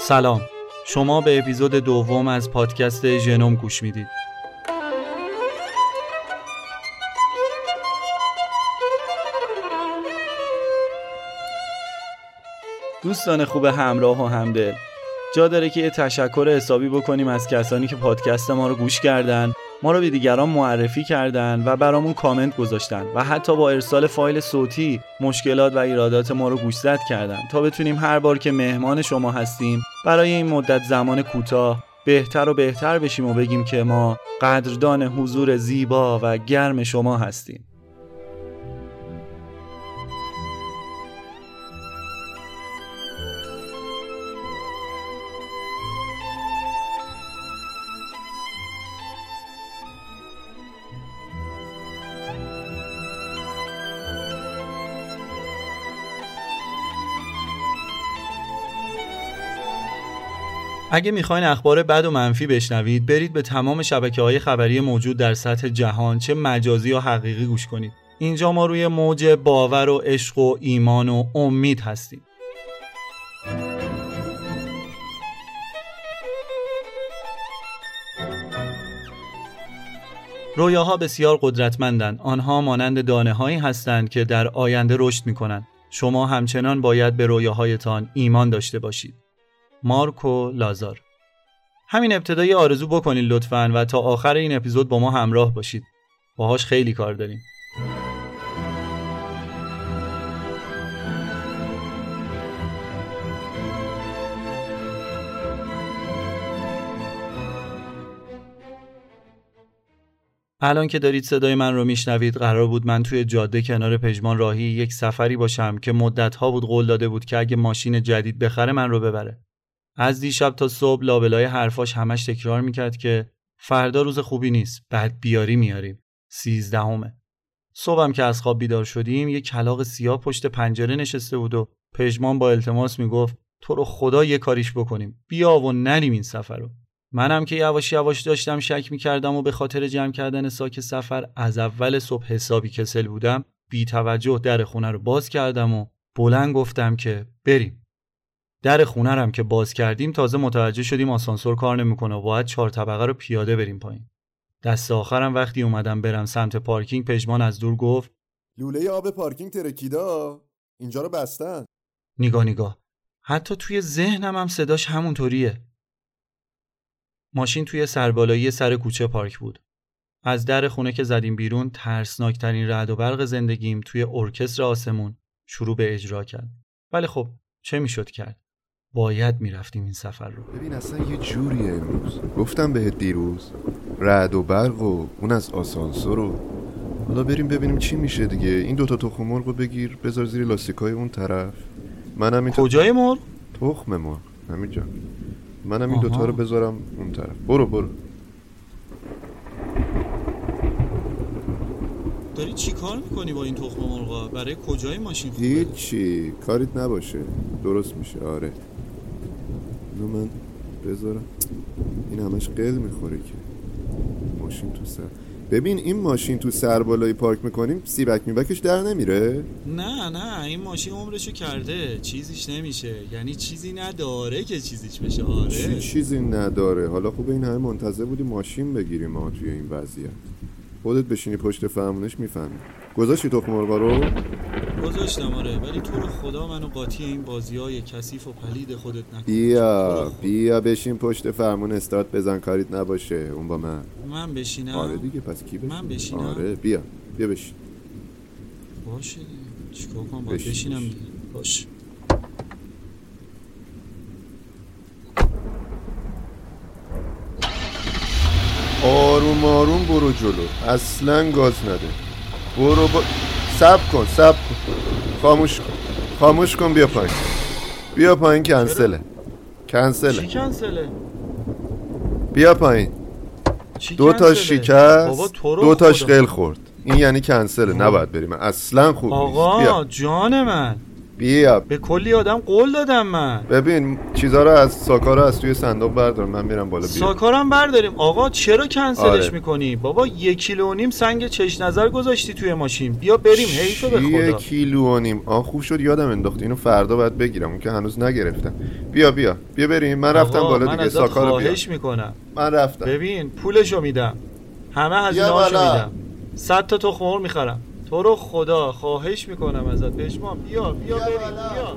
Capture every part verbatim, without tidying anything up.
سلام، شما به اپیزود دوم از پادکست ژنوم گوش میدید. دوستان خوب همراه و همدل، جا داره که یه تشکر حسابی بکنیم از کسانی که پادکست ما رو گوش کردن، ما رو به دیگران معرفی کردن و برامون کامنت گذاشتن و حتی با ارسال فایل صوتی مشکلات و ایرادات ما رو گوشزد کردن تا بتونیم هر بار که مهمان شما هستیم برای این مدت زمان کوتاه بهتر و بهتر بشیم و بگیم که ما قدردان حضور زیبا و گرم شما هستیم. اگه میخواین اخبار بد و منفی بشنوید، برید به تمام شبکه‌های خبری موجود در سطح جهان، چه مجازی یا حقیقی، گوش کنید. اینجا ما روی موج باور و عشق و ایمان و امید هستیم. رویاها بسیار قدرتمندند. آنها مانند دانه‌هایی هستند که در آینده رشد می‌کنند. شما همچنان باید به رویاهایتان ایمان داشته باشید. مارکو لازار. همین ابتدایی آرزو بکنید لطفاً و تا آخر این اپیزود با ما همراه باشید. باهاش خیلی کار داریم. الان که دارید صدای من رو میشنوید، قرار بود من توی جاده کنار پژمان راهی یک سفری باشم که مدت‌ها بود قول داده بود که اگه ماشین جدید بخره من رو ببره. از دیشب تا صبح لابلای حرفاش همش تکرار میکرد که فردا روز خوبی نیست، بعد بیاری میاریم. سیزدهمه. صبحم که از خواب بیدار شدیم یه کلاغ سیاه پشت پنجره نشسته بود و پژمان با التماس میگفت تو رو خدا یه کاریش بکنیم، بیا و نریم این سفر رو. منم که یواش یواش داشتم شک میکردم و به خاطر جمع کردن ساک سفر از اول صبح حسابی کسل بودم، بی توجه در خونه رو باز کردم و بلند گفتم که بریم. در خونه رم که باز کردیم تازه متوجه شدیم آسانسور کار نمیکنه و باید چهار طبقه رو پیاده بریم پایین. دست آخرم وقتی اومدم برم سمت پارکینگ، پژمان از دور گفت لوله آب پارکینگ ترکیدا، اینجا رو بستن. نگاه نگاه، حتی توی ذهنم هم صداش همونطوریه. ماشین توی سربالایی سر کوچه پارک بود. از در خونه که زدیم بیرون، ترسناکترین رعد و برق زندگیم توی ارکستر آسمون شروع به اجرا کرد. ولی خب چه میشد کرد؟ باید میرفتیم این سفر رو. ببین اصلا یه جوریه امروز. گفتم بهت دیروز رعد و برق و اون از آسانسور رو. حالا بریم ببینیم چی میشه دیگه. این دوتا تخم مرغ رو بگیر بذار زیر لاستیکای اون طرف. منم این کجای مرغ؟ تخم مرغ همینجا. منم این دوتا رو بذارم اون طرف. برو برو. داری چی کار میکنی با این تخم مرغا؟ برای کجای ماشین خوبه؟ هیچی، کاریت نباشه، درست میشه. آره اینو من بذارم. این همش قل میخوره که ماشین تو سر. ببین این ماشین تو سر بالایی پارک میکنیم سیبک میبکش در نمیره؟ نه نه، این ماشین عمرشو کرده، چیزیش نمیشه. یعنی چیزی نداره که چیزیش بشه. آره چی چیزی نداره؟ حالا خوبه این همه منتظر بودی ماشین بگیریم ما توی این وضعیت. خودت بشینی پشت فرمونش میفهمی. گذاشتی تخم مرغا رو؟ گذاشتم آره، ولی تو رو خدا منو قاطی این بازیای کثیف و پلید خودت نکن. بیا بیا بشین پشت فرمون استارت بزن، کاریت نباشه. اون با من. من بشینم؟ آره دیگه، پس کی بشین؟ من بشینم؟ آره بیا بیا بشین. باشه دیگه، چیکار کنم؟ باید بشینم دیگه. باشه. آروم آروم برو جلو، اصلا گاز نده. برو با... صبر کن صبر کن خاموش کن خاموش کن بیا پایین. بیا پایین، کنسله. کنسله. چی کنسله؟ بیا پایین. دو تا شکست، دو تاش قل خورد. این یعنی کنسله. نباید بریم، اصلا خوب نیست. آقا جان من، بیا. به کلی آدم قول دادم من. ببین چیزا رو از ساکارا از توی صندوق بردار، من میرم بالا. بیا ساکارم برداریم. آقا چرا کنسلش آره. میکنی؟ بابا یک کیلو و نیم سنگ چش نظر گذاشتی توی ماشین. بیا بریم. حیفه به خدا. یک کیلو و نیم. آ خوب شد یادم انداخت، اینو فردا باید بگیرم، اون که هنوز نگرفتم. بیا بیا بیا بریم. من رفتم بالا دیگه. ساکارا بیا. خواهش میکنم. من رفتم. ببین پولشو میدم، همه هزینه‌هاشو میدم، صد تا تخم مرغ میخرم. تو رو خدا خواهش میکنم ازت پژمان. بیا بیا بریم. بیا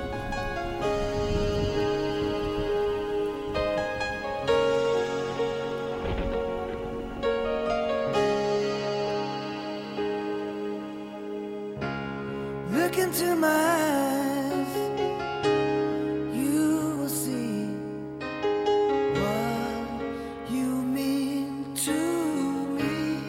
Look into my eyes, you will see what you mean to me.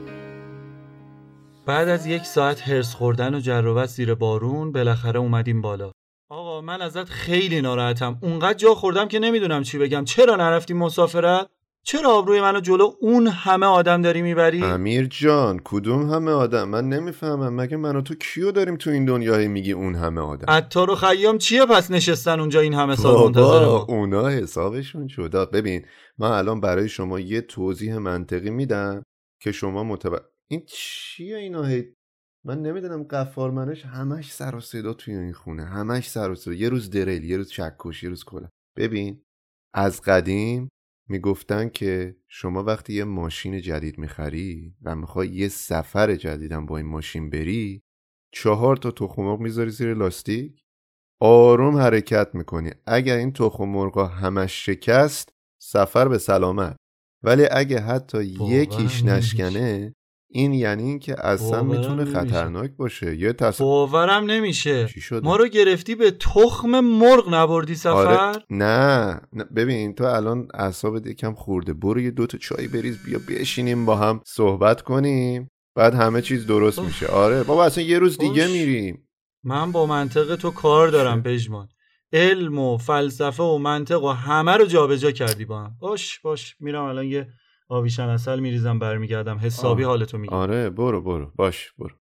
بعد از یک ساعت هرس خوردن و جر و بحث زیر بارون بالاخره اومدیم بالا. آقا من ازت خیلی ناراحتم. اونقدر جا خوردم که نمیدونم چی بگم. چرا نرفتیم مسافرت؟ چرا آبروی منو جلو اون همه آدم داری میبری؟ امیر جان کدوم همه آدم؟ من نمیفهمم. مگه من و تو کیو داریم تو این دنیای میگی اون همه آدم؟ عطار و خیام چیه پس نشستن اونجا این همه سال منتظر ما؟ اونا حسابشون شده. ببین من الان برای شما یه توضیح منطقی میدم که شما متوجه. این چیه اینا؟ هی من نمیدونم. قفارمنش همش سر و صدا توی این خونه، همش سر و صدا. یه روز دریل، یه روز چکش، یه روز کلا. ببین از قدیم میگفتن که شما وقتی یه ماشین جدید میخری و میخوای یه سفر جدیدم با این ماشین بری، چهار تا تخم مرغ میذاری زیر لاستیک، آروم حرکت میکنی. اگر این تخم مرغا همش شکست، سفر به سلامت. ولی اگه حتی یکیش نشکنه، این یعنی این که اصلا میتونه خطرناک باشه. یه تص... باورم نمیشه. ما رو گرفتی به تخم مرغ نبردی سفر؟ آره. نه. نه ببین تو الان اعصابت یکم خورده. برو یه دوتا چای بریز، بیا بشینیم با هم صحبت کنیم، بعد همه چیز درست اوه. میشه. آره بابا اصلا یه روز دیگه اوش. میریم. من با منطق تو کار دارم پژمان. علم و فلسفه و منطق و همه رو جابجا کردی با هم. باش باش میرم الان یه آویشن عسل میریزم برمیگردم حسابی حالتو میگم. آره برو برو باش برو.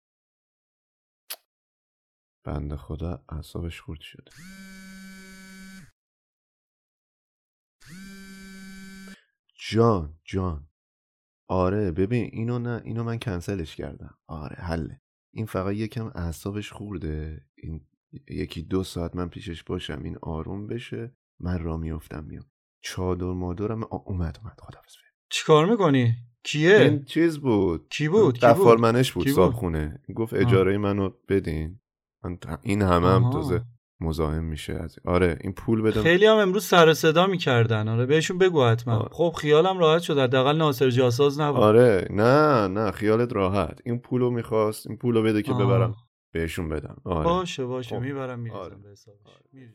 بنده خدا اعصابش خورد شده. جان جان آره ببین اینو نه، اینو من کنسلش کردم. آره حله. این فقط یکم اعصابش خورده. این یکی دو ساعت من پیشش باشم این آروم بشه، من را میافتم میام. چادر مادرم اومد اومد خداحافظ. چی کار میکنی؟ کیه؟ این چیز بود. کی بود؟ قفارمنش بود صابخونه. گفت اجاره منو بدین. من این همه هم تازه مزاحم میشه از آره این پول بدم. خیلی هم امروز سر صدا میکردن. آره بهشون بگو حتما. آره. خب خیالم راحت شد، حداقل ناصر جاساز نبود. آره نه نه خیالت راحت. این پولو میخواست، این پولو بده که آه. ببرم بهشون بدم. آره باشه باشه خب. میبرم میریزم آره. به حسابش. آره.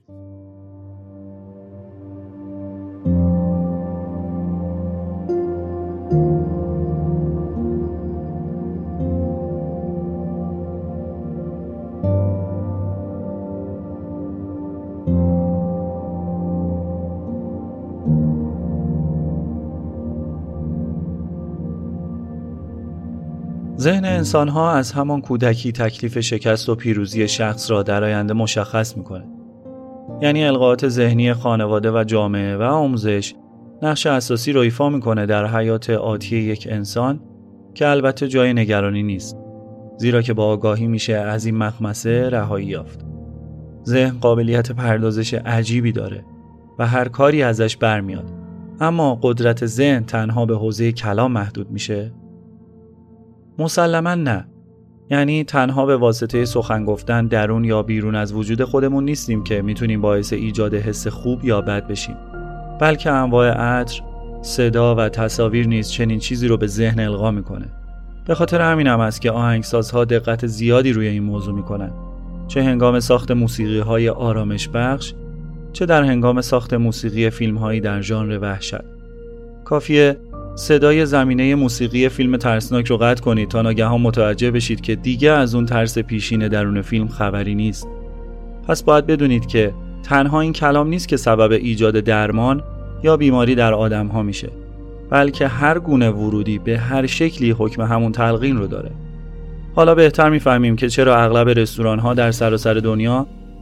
ذهن انسان‌ها از همان کودکی تکلیف شکست و پیروزی شخص را در آینده مشخص می‌کند. یعنی القاءات ذهنی خانواده و جامعه و آموزش نقش اساسی را ایفا می‌کنه در حیات آتی یک انسان که البته جای نگرانی نیست، زیرا که با آگاهی میشه از این مخمسه رهایی یافت. ذهن قابلیت پردازش عجیبی داره و هر کاری ازش برمیاد. اما قدرت ذهن تنها به حوزه کلام محدود میشه؟ مسلماً نه. یعنی تنها به واسطه سخن گفتن درون یا بیرون از وجود خودمون نیستیم که میتونیم باعث ایجاد حس خوب یا بد بشیم، بلکه انواع عطر، صدا و تصاویر نیز چنین چیزی رو به ذهن القا میکنه. به خاطر همین هم است که آهنگسازها دقت زیادی روی این موضوع میکنن، چه هنگام ساخت موسیقی‌های آرامش بخش، چه در هنگام ساخت موسیقی فیلم‌هایی در ژانر وحشت. کافیه صدای زمینه موسیقی فیلم ترسناک رو قطع کنید تا ناگهان متوجه بشید که دیگه از اون ترس پیشین درون فیلم خبری نیست. پس باید بدونید که تنها این کلام نیست که سبب ایجاد درمان یا بیماری در آدم‌ها میشه، بلکه هر گونه ورودی به هر شکلی حکم همون تلقین رو داره. حالا بهتر میفهمیم که چرا اغلب رستوران‌ها در سراسر دنیا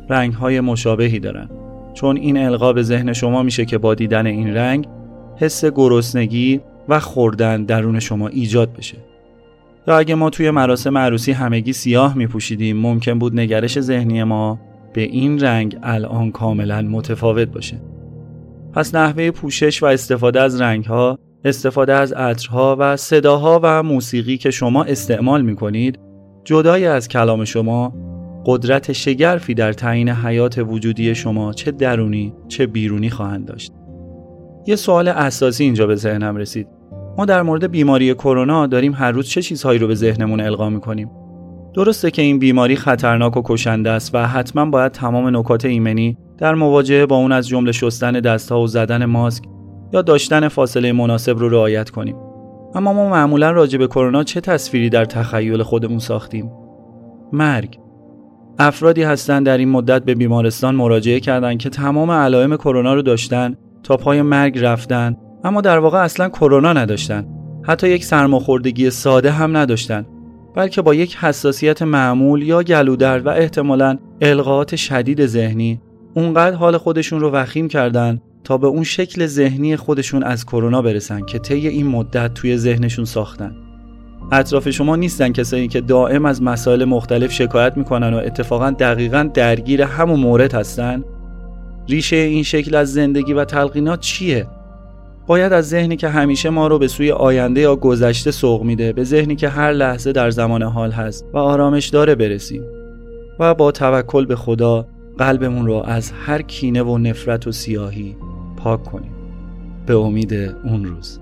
رنگ‌های مشابهی دارن، چون این القا به ذهن شما میشه که با دیدن این رنگ حس گرسنگی و خوردن درون شما ایجاد بشه. یا اگه ما توی مراسم عروسی همگی سیاه میپوشیدیم، ممکن بود نگرش ذهنی ما به این رنگ الان کاملا متفاوت باشه. پس نحوه پوشش و استفاده از رنگ‌ها، استفاده از عطرها و صداها و موسیقی که شما استعمال میکنید، جدای از کلام شما قدرت شگرفی در تعیین حیات وجودی شما چه درونی چه بیرونی خواهند داشت. یه سوال اساسی اینجا به ذهنم رسید. ما در مورد بیماری کرونا داریم هر روز چه چیزهایی رو به ذهنمون القا میکنیم؟ درسته که این بیماری خطرناک و کشنده است و حتما باید تمام نکات ایمنی در مواجهه با اون از جمله شستن دست‌ها و زدن ماسک یا داشتن فاصله مناسب رو رعایت کنیم. اما ما معمولا راجع به کرونا چه تصویری در تخیل خودمون ساختیم؟ مرگ. افرادی هستن در این مدت به بیمارستان مراجعه کردن که تمام علائم کرونا رو داشتن، تا پای مرگ رفتن، اما در واقع اصلا کرونا نداشتن. حتی یک سرماخوردگی ساده هم نداشتن، بلکه با یک حساسیت معمول یا گلودرد و احتمالاً القاءات شدید ذهنی اونقدر حال خودشون رو وخیم کردن تا به اون شکل ذهنی خودشون از کرونا برسن که طی این مدت توی ذهنشون ساختن. اطراف شما نیستن کسایی که دائم از مسائل مختلف شکایت میکنن و اتفاقا دقیقاً درگیر همون مورد هستن؟ ریشه این شکل از زندگی و تلقینات چیه؟ باید از ذهنی که همیشه ما رو به سوی آینده یا گذشته سوق میده به ذهنی که هر لحظه در زمان حال هست و آرامش داره برسیم و با توکل به خدا قلبمون رو از هر کینه و نفرت و سیاهی پاک کنیم به امید اون روز.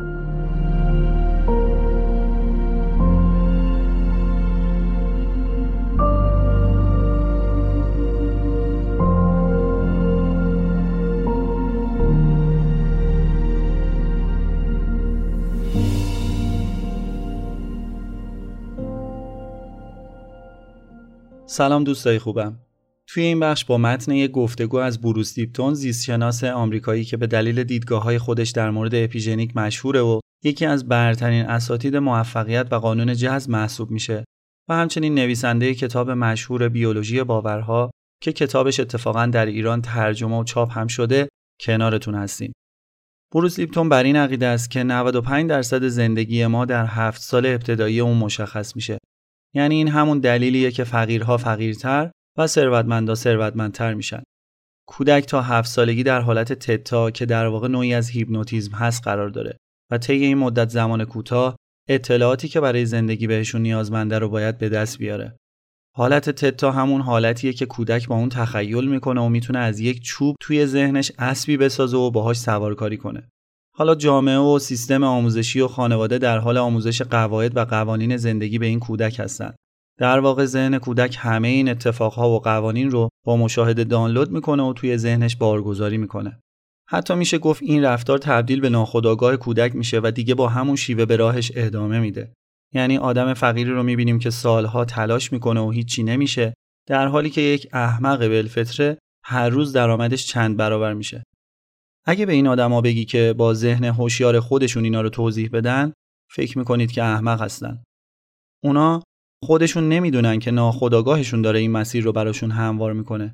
سلام دوستای خوبم. توی این بخش با متن یک گفتگو از بروس لیپتون، زیستشناس آمریکایی که به دلیل دیدگاه‌های خودش در مورد اپیژنیک مشهوره و یکی از برترین اساتید موفقیت و قانون جذب محسوب میشه و همچنین نویسنده کتاب مشهور بیولوژی باورها که کتابش اتفاقاً در ایران ترجمه و چاپ هم شده، کنارتون هستیم. بروس لیپتون بر این عقیده است که نود و پنج درصد زندگی ما در هفت سال ابتدایی اون مشخص میشه. یعنی این همون دلیلیه که فقیرها فقیرتر و ثروتمندا ثروتمندتر میشن. کودک تا هفت سالگی در حالت تتا که در واقع نوعی از هیپنوتیزم هست قرار داره و طی این مدت زمان کوتاه اطلاعاتی که برای زندگی بهشون نیازمنده رو باید به دست بیاره. حالت تتا همون حالتیه که کودک با اون تخیل میکنه و میتونه از یک چوب توی ذهنش اسبی بسازه و باهاش سوارکاری کنه. حالا جامعه و سیستم آموزشی و خانواده در حال آموزش قواعد و قوانین زندگی به این کودک هستن. در واقع ذهن کودک همه این اتفاقها و قوانین رو با مشاهده دانلود میکنه و توی ذهنش بارگذاری میکنه. حتی میشه گفت این رفتار تبدیل به ناخودآگاه کودک میشه و دیگه با همون شیوه به راهش ادامه میده. یعنی آدم فقیری رو میبینیم که سالها تلاش میکنه و هیچی نمیشه، در حالی که یک احمق بالفطره هر روز درآمدش چند برابر میشه. اگه به این آدما بگی که با ذهن هوشیار خودشون اینا رو توضیح بدن، فکر میکنید که احمق هستن. اونا خودشون نمیدونن که ناخودآگاهشون داره این مسیر رو براشون هموار میکنه.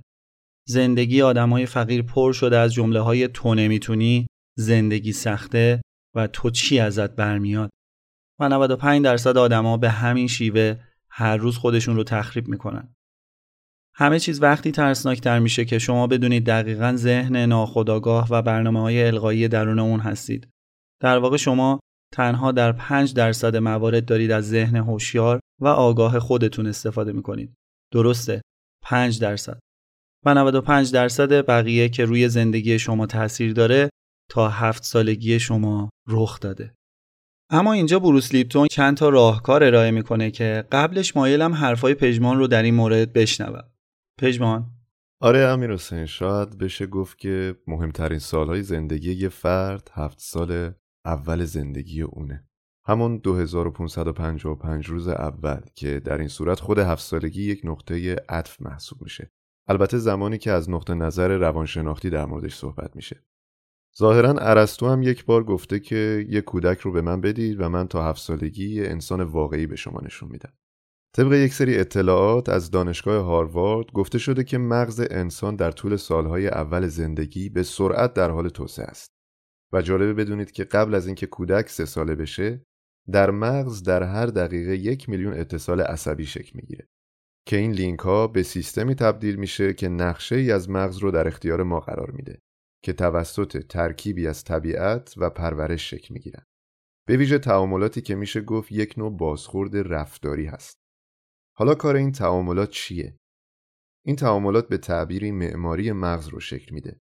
زندگی آدمای فقیر پر شده از جمله‌های تو نمیتونی، زندگی سخته و تو چی ازت برمیاد. و نود و پنج درصد آدما به همین شیوه هر روز خودشون رو تخریب میکنن. همه چیز وقتی ترسناکتر میشه که شما بدونید دقیقاً ذهن ناخودآگاه و برنامه‌های القایی درون اون هستید. در واقع شما تنها در پنج درصد موارد دارید از ذهن هوشیار و آگاه خودتون استفاده میکنید. درسته؟ پنج درصد. و نود و پنج درصد بقیه که روی زندگی شما تأثیر داره تا هفت سالگی شما رخ داده. اما اینجا بروس لیپتون چند تا راهکار ارائه میکنه که قبلش مایلم حرفای پژمان رو در این مورد بشنوم. پژمان؟ آره امیرحسین، شاید بشه گفت که مهمترین سالهای زندگی یه فرد هفت سال اول زندگی اونه. همون دو هزار و پانصد و پنجاه و پنج روز اول که در این صورت خود هفت سالگی یک نقطه عطف محسوب میشه. البته زمانی که از نقطه نظر روانشناختی در موردش صحبت میشه. ظاهراً ارسطو هم یک بار گفته که یک کودک رو به من بدید و من تا هفت سالگی یه انسان واقعی به شما نشون میدم. طبق یک سری اطلاعات از دانشگاه هاروارد گفته شده که مغز انسان در طول سالهای اول زندگی به سرعت در حال توسعه است. و جالبه بدونید که قبل از اینکه کودک سه ساله بشه، در مغز در هر دقیقه یک میلیون اتصال عصبی شکل میگیره که این لینک ها به سیستمی تبدیل میشه که نقشه ای از مغز رو در اختیار ما قرار میده که توسط ترکیبی از طبیعت و پرورش شکل میگیرن. به ویژه تعاملاتی که میشه گفت یک نوع بازخورد رفتاری هست. حالا کار این تعاملات چیه؟ این تعاملات به تعبیری معماری مغز رو شکل میده.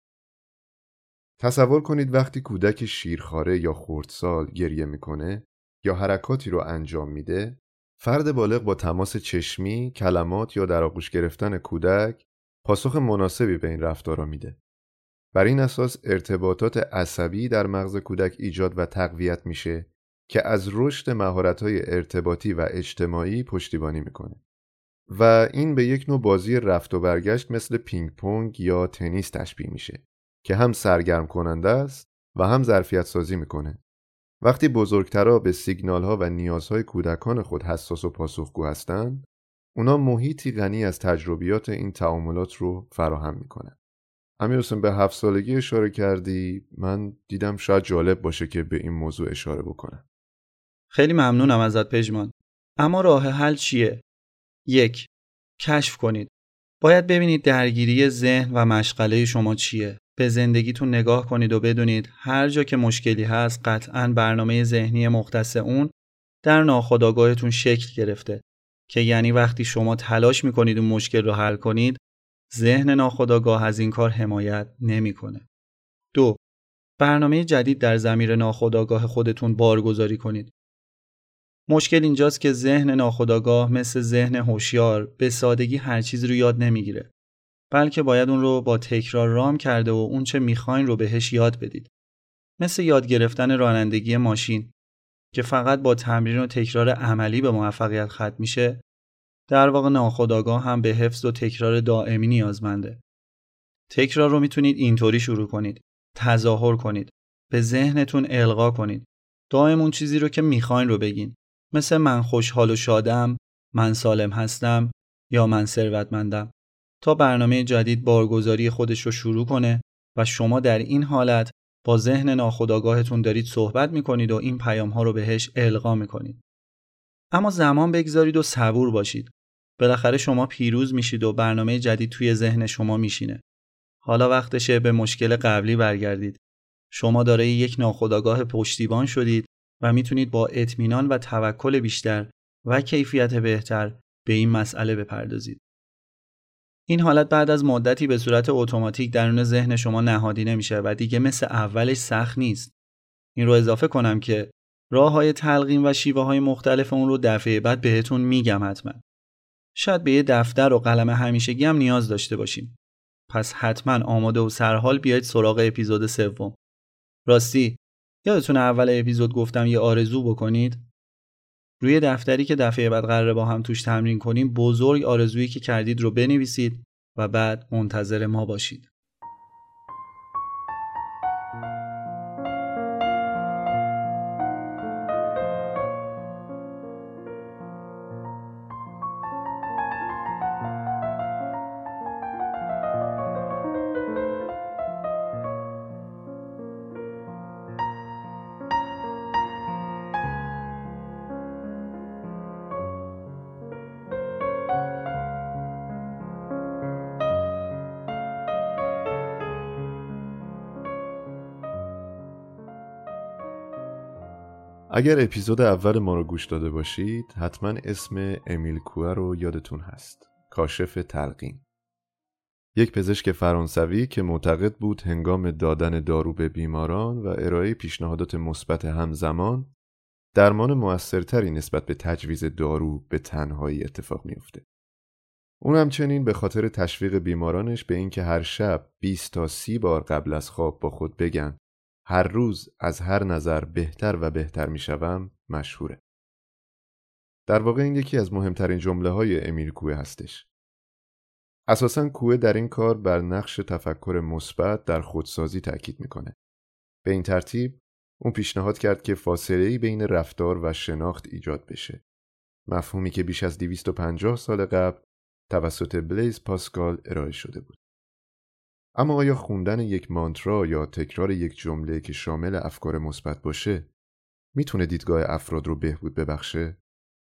تصور کنید وقتی کودک شیرخواره یا خردسال گریه میکنه یا حرکاتی رو انجام میده، فرد بالغ با تماس چشمی، کلمات یا در آغوش گرفتن کودک پاسخ مناسبی به این رفتارا میده. بر این اساس ارتباطات عصبی در مغز کودک ایجاد و تقویت میشه که از رشد مهارت‌های ارتباطی و اجتماعی پشتیبانی میکنه. و این به یک نوع بازی رفت و برگشت مثل پینگ پونگ یا تنیس تشبیه میشه که هم سرگرم کننده است و هم ظرفیت سازی میکنه. وقتی بزرگترها به سیگنال‌ها و نیازهای کودکان خود حساس و پاسخگو هستند، اونا محیطی غنی از تجربیات این تعاملات رو فراهم میکنن. امیرحسین به هفت سالگی اشاره کردی، من دیدم شاید جالب باشه که به این موضوع اشاره بکنم. خیلی ممنونم ازت پژمان. اما راه حل چیه؟ یک، کشف کنید. باید ببینید درگیری ذهن و مشغله شما چیه. به زندگیتون نگاه کنید و بدونید هر جا که مشکلی هست قطعاً برنامه ذهنی مختص اون در ناخودآگاهتون شکل گرفته، که یعنی وقتی شما تلاش میکنید اون مشکل رو حل کنید، ذهن ناخودآگاه از این کار حمایت نمیکنه. دو، برنامه جدید در ضمیر ناخودآگاه خودتون بارگذاری کنید. مشکل اینجاست که ذهن ناخودآگاه مثل ذهن هوشیار به سادگی هر چیزی رو یاد نمیگیره، بلکه باید اون رو با تکرار رام کرده و اون چه میخواین رو بهش یاد بدید. مثل یاد گرفتن رانندگی ماشین که فقط با تمرین و تکرار عملی به موفقیت ختم میشه، در واقع ناخودآگاه هم به حفظ و تکرار دائمی نیازمنده. تکرار رو میتونید اینطوری شروع کنید: تظاهر کنید، به ذهنتون القا کنید، دائم اون چیزی رو که میخواین رو بگین، مثل من خوشحال و شادم، من سالم هستم یا من ثروتمندم، تا برنامه جدید بارگذاری خودش رو شروع کنه و شما در این حالت با ذهن ناخودآگاهتون دارید صحبت میکنید و این پیام‌ها رو بهش القا میکنید. اما زمان بگذارید و صبور باشید. بالاخره شما پیروز میشید و برنامه جدید توی ذهن شما میشینه. حالا وقتشه به مشکل قبلی برگردید. شما دارای یک ناخودآگاه پشتیبان شدید و میتونید با اطمینان و توکل بیشتر و کیفیت بهتر به این مسئله بپردازید. این حالت بعد از مدتی به صورت اتوماتیک درون ذهن شما نهادینه میشه و دیگه مثل اولش سخت نیست. این رو اضافه کنم که راه‌های تلقین و شیوه‌های مختلف اون رو دفعه بعد بهتون میگم حتما. شاید به یه دفتر و قلم همیشگی هم نیاز داشته باشیم. پس حتما آماده و سرحال بیاید سراغ اپیزود سوم. راستی یادتونه اول اپیزود گفتم یه آرزو بکنید؟ روی دفتری که دفعه بعد قراره با هم توش تمرین کنیم بزرگ آرزویی که کردید رو بنویسید و بعد منتظر ما باشید. اگر اپیزود اول ما رو گوش داده باشید حتما اسم امیل کوئه رو یادتون هست. کاشف تلقین. یک پزشک فرانسوی که معتقد بود هنگام دادن دارو به بیماران و ارائه پیشنهادات مثبت همزمان درمان موثرتری نسبت به تجویز دارو به تنهایی اتفاق میفته. اون همچنین به خاطر تشویق بیمارانش به اینکه هر شب بیست تا سی بار قبل از خواب با خود بگن هر روز از هر نظر بهتر و بهتر میشوم مشهوره. در واقع این یکی از مهمترین جمله های امیل کوئه هستش. اساساً کوئه در این کار بر نقش تفکر مثبت در خودسازی تاکید میکنه. به این ترتیب اون پیشنهاد کرد که فاصله‌ای بین رفتار و شناخت ایجاد بشه مفهومی که بیش از دویست و پنجاه سال قبل توسط بلیز پاسکال ارائه شده بود. اما آیا خوندن یک مانترا یا تکرار یک جمله که شامل افکار مثبت باشه میتونه دیدگاه افراد رو بهبود ببخشه؟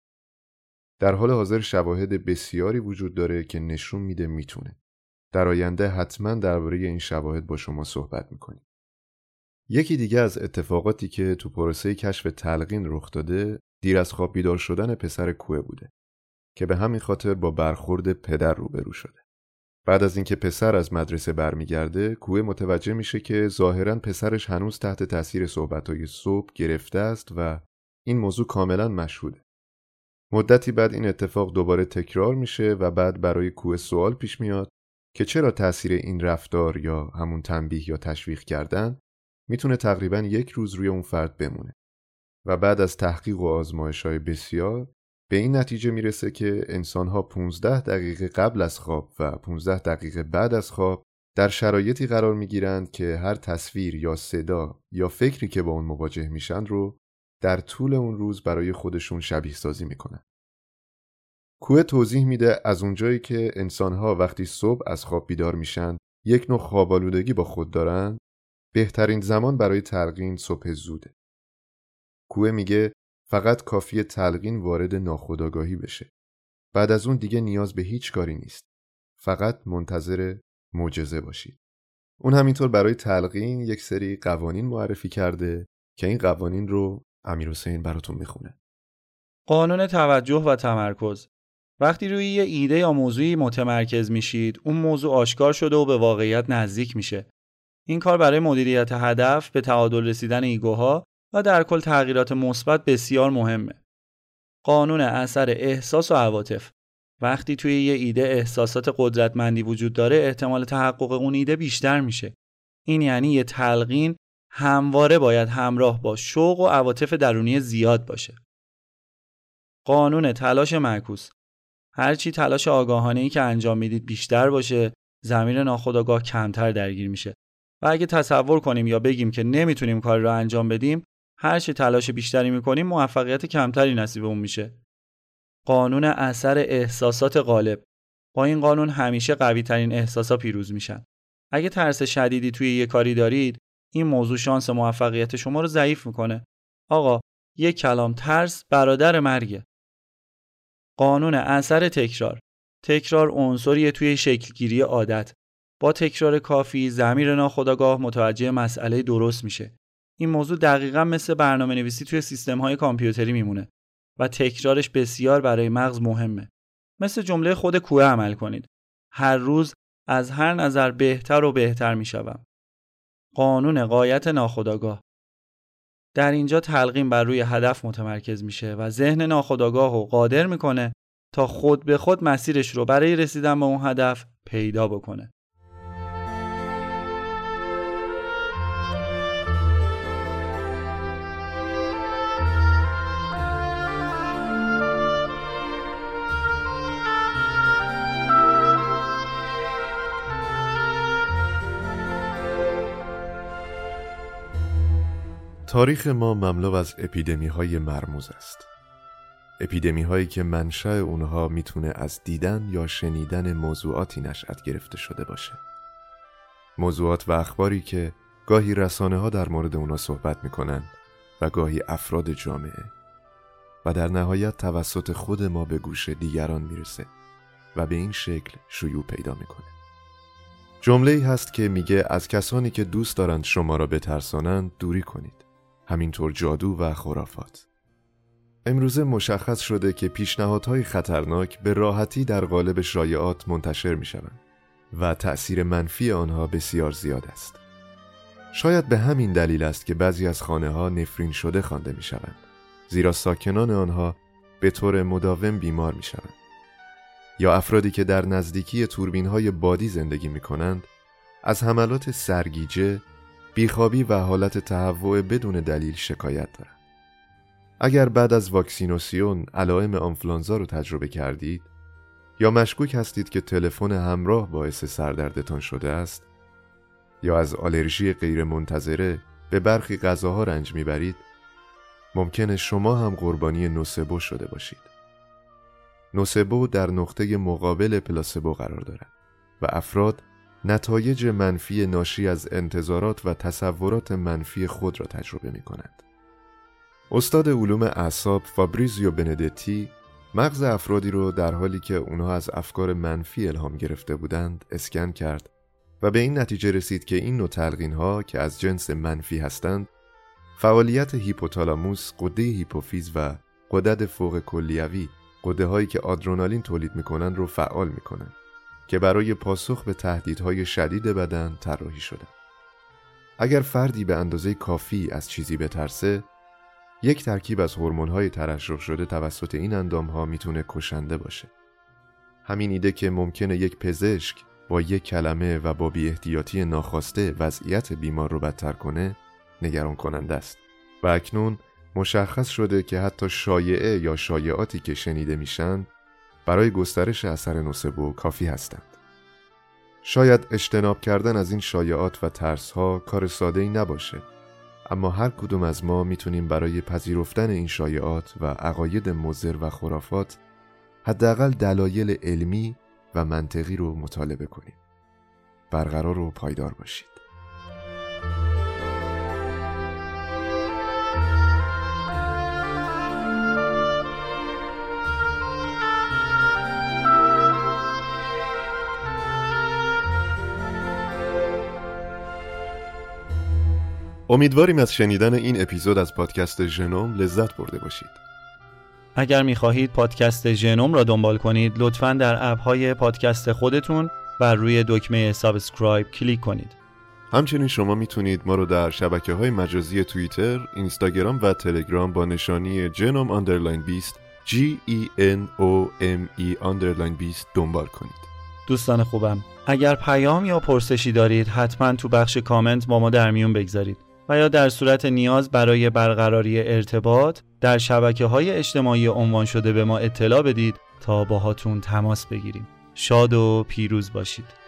در حال حاضر شواهد بسیاری وجود داره که نشون میده میتونه. در آینده حتما درباره این شواهد با شما صحبت میکنیم. یکی دیگه از اتفاقاتی که تو پروسه کشف تلقین رخ داده، دیر از خواب بیدار شدن پسر کوه بوده که به همین خاطر با برخورد پدر روبرو شده. بعد از اینکه پسر از مدرسه برمیگرده، کوه متوجه میشه که ظاهراً پسرش هنوز تحت تاثیر صحبت‌های صبح گرفته است و این موضوع کاملاً مشهوده. مدتی بعد این اتفاق دوباره تکرار میشه و بعد برای کوه سوال پیش میاد که چرا تاثیر این رفتار یا همون تنبیه یا تشویق کردن میتونه تقریباً یک روز روی اون فرد بمونه. و بعد از تحقیق و آزمایش‌های بسیار به این نتیجه میرسه که انسان‌ها پانزده دقیقه قبل از خواب و پانزده دقیقه بعد از خواب در شرایطی قرار میگیرند که هر تصویر یا صدا یا فکری که با اون مواجه میشن رو در طول اون روز برای خودشون شبیه سازی میکنن. کوه توضیح میده از اونجایی که انسان‌ها وقتی صبح از خواب بیدار میشن یک نوع خواب‌آلودگی با خود دارن، بهترین زمان برای تلقین صبح زوده. کوه میگه فقط کافیه تلقین وارد ناخودآگاهی بشه. بعد از اون دیگه نیاز به هیچ کاری نیست. فقط منتظر معجزه باشید. اون همینطور برای تلقین یک سری قوانین معرفی کرده که این قوانین رو امیرحسین براتون میخونه. قانون توجه و تمرکز. وقتی روی یه ایده یا موضوعی متمرکز میشید، اون موضوع آشکار شده و به واقعیت نزدیک میشه. این کار برای مدیریت هدف، به تعادل رسیدن ایگوها و در کل تغییرات مثبت بسیار مهمه. قانون اثر احساس و عواطف. وقتی توی یه ایده احساسات قدرتمندی وجود داره، احتمال تحقق اون ایده بیشتر میشه. این یعنی یه تلقین همواره باید همراه با شوق و عواطف درونی زیاد باشه. قانون تلاش معکوس. هرچی تلاش آگاهانه‌ای که انجام میدید بیشتر باشه، ضمیر ناخودآگاه کمتر درگیر میشه. و اگه تصور کنیم یا بگیم که نمیتونیم کاری رو انجام بدیم، هر چی تلاش بیشتری میکنیم موفقیت کمتری نصیبمون میشه. قانون اثر احساسات غالب. با این قانون همیشه قوی ترین احساسا پیروز میشن. اگه ترس شدیدی توی یه کاری دارید، این موضوع شانس موفقیت شما رو ضعیف میکنه. آقا، یک کلام ترس برادر مرگه. قانون اثر تکرار. تکرار عنصریه توی شکلگیری عادت. با تکرار کافی ضمیر ناخودآگاه متوجه مسئله درست میشه. این موضوع دقیقاً مثل برنامه‌نویسی توی سیستم‌های کامپیوتری میمونه و تکرارش بسیار برای مغز مهمه. مثل جمله خود کوه عمل کنید. هر روز از هر نظر بهتر و بهتر میشوم. قانون غایت ناخودآگاه. در اینجا تلقین بر روی هدف متمرکز میشه و ذهن ناخودآگاه رو قادر میکنه تا خود به خود مسیرش رو برای رسیدن به اون هدف پیدا بکنه. تاریخ ما مملو از اپیدمی های مرموز است. اپیدمی هایی که منشأ اونها میتونه از دیدن یا شنیدن موضوعاتی نشأت گرفته شده باشه. موضوعات و اخباری که گاهی رسانه ها در مورد اونها صحبت میکنن و گاهی افراد جامعه و در نهایت توسط خود ما به گوش دیگران میرسه و به این شکل شیوع پیدا میکنه. جمله‌ای هست که میگه از کسانی که دوست دارند شما را بترسانند دوری کنید. همینطور جادو و خرافات. امروزه مشخص شده که پیشنهادهای خطرناک به راحتی در قالب شایعات منتشر میشوند و تأثیر منفی آنها بسیار زیاد است. شاید به همین دلیل است که بعضی از خانه‌ها نفرین شده خوانده میشوند، زیرا ساکنان آنها به طور مداوم بیمار میشوند. یا افرادی که در نزدیکی توربین‌های بادی زندگی می‌کنند از حملات سرگیجه، بیخوابی و حالت تهوع بدون دلیل شکایت دارند. اگر بعد از واکسیناسیون علائم آنفلانزا رو تجربه کردید یا مشکوک هستید که تلفن همراه باعث سردردتان شده است یا از آلرژی غیر منتظره به برخی غذاها رنج میبرید، ممکنه شما هم قربانی نوسبو شده باشید. نوسبو در نقطه مقابل پلاسبو قرار دارد و افراد نتایج منفی ناشی از انتظارات و تصورات منفی خود را تجربه می کنند. استاد علوم اعصاب فابریزیو بندتی مغز افرادی رو در حالی که اونها از افکار منفی الهام گرفته بودند اسکن کرد و به این نتیجه رسید که این نوع تلقین‌ها که از جنس منفی هستند فعالیت هیپوتالاموس، غده هیپوفیز و غدد فوق کلیوی، غده هایی که آدرنالین تولید میکنند رو فعال میکنند که برای پاسخ به تهدیدهای شدید بدن طراحی شده. اگر فردی به اندازه کافی از چیزی بترسه، یک ترکیب از هورمون‌های ترشح شده توسط این اندام‌ها میتونه کشنده باشه. همین ایده که ممکنه یک پزشک با یک کلمه و با بی‌احتیاطی ناخواسته وضعیت بیمار رو بدتر کنه، نگران کننده است. و اکنون مشخص شده که حتی شایعه یا شایعاتی که شنیده میشن برای گسترش اثر نوسبو کافی هستند. شاید اجتناب کردن از این شایعات و ترس‌ها کار ساده‌ای نباشه، اما هر کدوم از ما میتونیم برای پذیرفتن این شایعات و عقاید مضر و خرافات حداقل دلایل علمی و منطقی رو مطالبه کنیم. برقرار و پایدار باشید. امیدواریم از شنیدن این اپیزود از پادکست ژنوم لذت برده باشید. اگر می‌خواهید پادکست ژنوم را دنبال کنید، لطفاً در اپ‌های پادکست خودتون و روی دکمه سابسکرایب کلیک کنید. همچنین شما میتونید ما رو در شبکه‌های مجازی توییتر، اینستاگرام و تلگرام با نشانی ژنوم آندرلاین بیست جی ای ان او ام ای آندرلاین بیست دنبال کنید. دوستان خوبم، اگر پیام یا پرسشی دارید حتما تو بخش کامنت با ما در میون بگذارید و یا در صورت نیاز برای برقراری ارتباط در شبکه‌های اجتماعی عنوان شده به ما اطلاع بدید تا باهاتون تماس بگیریم. شاد و پیروز باشید.